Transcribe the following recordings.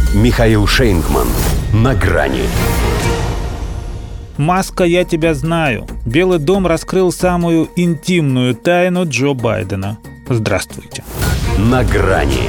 Михаил Шейнгман. На грани. Маска, я тебя знаю. Белый дом раскрыл самую интимную тайну Джо Байдена. Здравствуйте. На грани.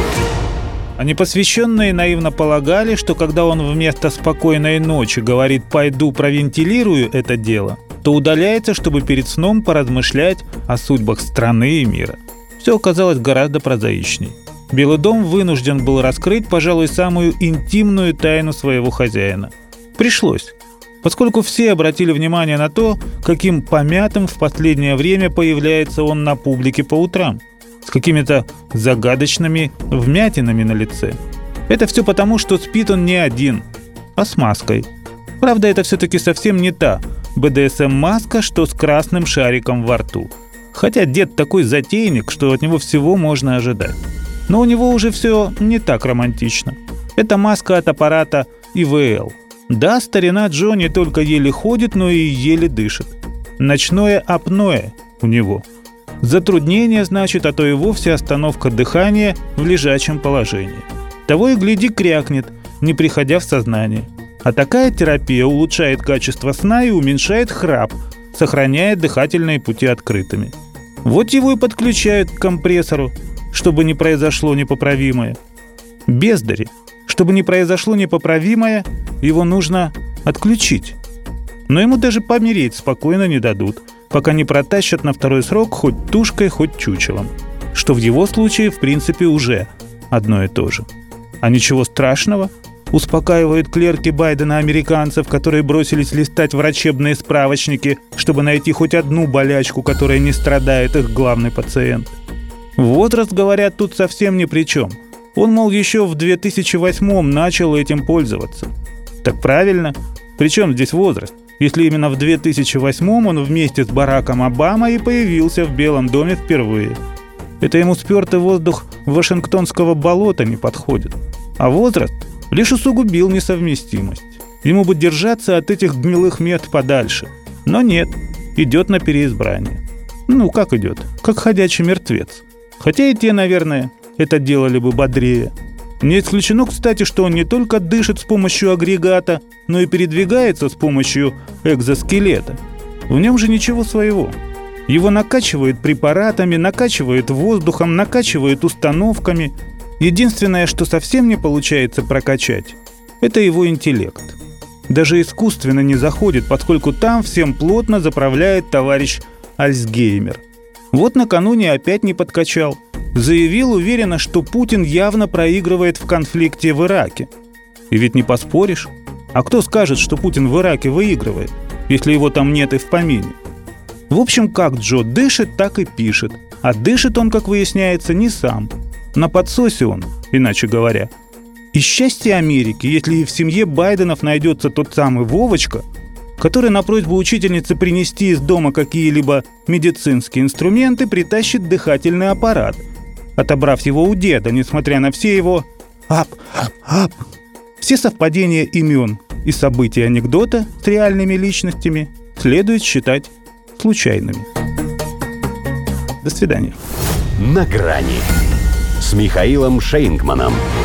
А непосвященные наивно полагали, что когда он вместо «спокойной ночи» говорит «пойду провентилирую это дело», то удаляется, чтобы перед сном поразмышлять о судьбах страны и мира. Все оказалось гораздо прозаичней. Белый дом вынужден был раскрыть, пожалуй, самую интимную тайну своего хозяина. Пришлось, поскольку все обратили внимание на то, каким помятым в последнее время появляется он на публике по утрам, с какими-то загадочными вмятинами на лице. Это все потому, что спит он не один, а с маской. Правда, это все-таки совсем не та БДСМ-маска, что с красным шариком во рту. Хотя дед такой затейник, что от него всего можно ожидать. Но у него уже все не так романтично. Это маска от аппарата ИВЛ. Да, старина Джо не только еле ходит, но и еле дышит. Ночное апноэ у него. Затруднение, значит, а то и вовсе остановка дыхания в лежачем положении. Того и гляди крякнет, не приходя в сознание. А такая терапия улучшает качество сна и уменьшает храп, сохраняя дыхательные пути открытыми. Вот его и подключают к компрессору, чтобы не произошло непоправимое. Бездари. Чтобы не произошло непоправимое, его нужно отключить. Но ему даже помереть спокойно не дадут, пока не протащат на второй срок хоть тушкой, хоть чучелом. Что в его случае, в принципе, уже одно и то же. А ничего страшного, успокаивают клерки Байдена американцев, которые бросились листать врачебные справочники, чтобы найти хоть одну болячку, которая не страдает их главный пациент. Возраст, говорят, тут совсем ни при чем. Он, мол, еще в 2008-м начал этим пользоваться. Так правильно. Причем здесь возраст, если именно в 2008-м он вместе с Бараком Обама и появился в Белом доме впервые. Это ему спертый воздух Вашингтонского болота не подходит. А возраст лишь усугубил несовместимость. Ему бы держаться от этих гнилых мет подальше. Но нет, идет на переизбрание. Ну, как идет? Как ходячий мертвец. Хотя и те, наверное, это делали бы бодрее. Не исключено, кстати, что он не только дышит с помощью агрегата, но и передвигается с помощью экзоскелета. В нем же ничего своего. Его накачивают препаратами, накачивают воздухом, накачивают установками. Единственное, что совсем не получается прокачать, это его интеллект. Даже искусственно не заходит, поскольку там всем плотно заправляет товарищ Альцгеймер. Вот накануне опять не подкачал. Заявил уверенно, что Путин явно проигрывает в конфликте в Ираке. И ведь не поспоришь. А кто скажет, что Путин в Ираке выигрывает, если его там нет и в помине? В общем, как Джо дышит, так и пишет. А дышит он, как выясняется, не сам. На подсосе он, иначе говоря. И счастье Америки, если и в семье Байденов найдется тот самый Вовочка, который на просьбу учительницы принести из дома какие-либо медицинские инструменты притащит дыхательный аппарат, отобрав его у деда, несмотря на все его ап. Все совпадения имен и событий анекдота с реальными личностями следует считать случайными. До свидания. На грани с Михаилом Шейнгманом.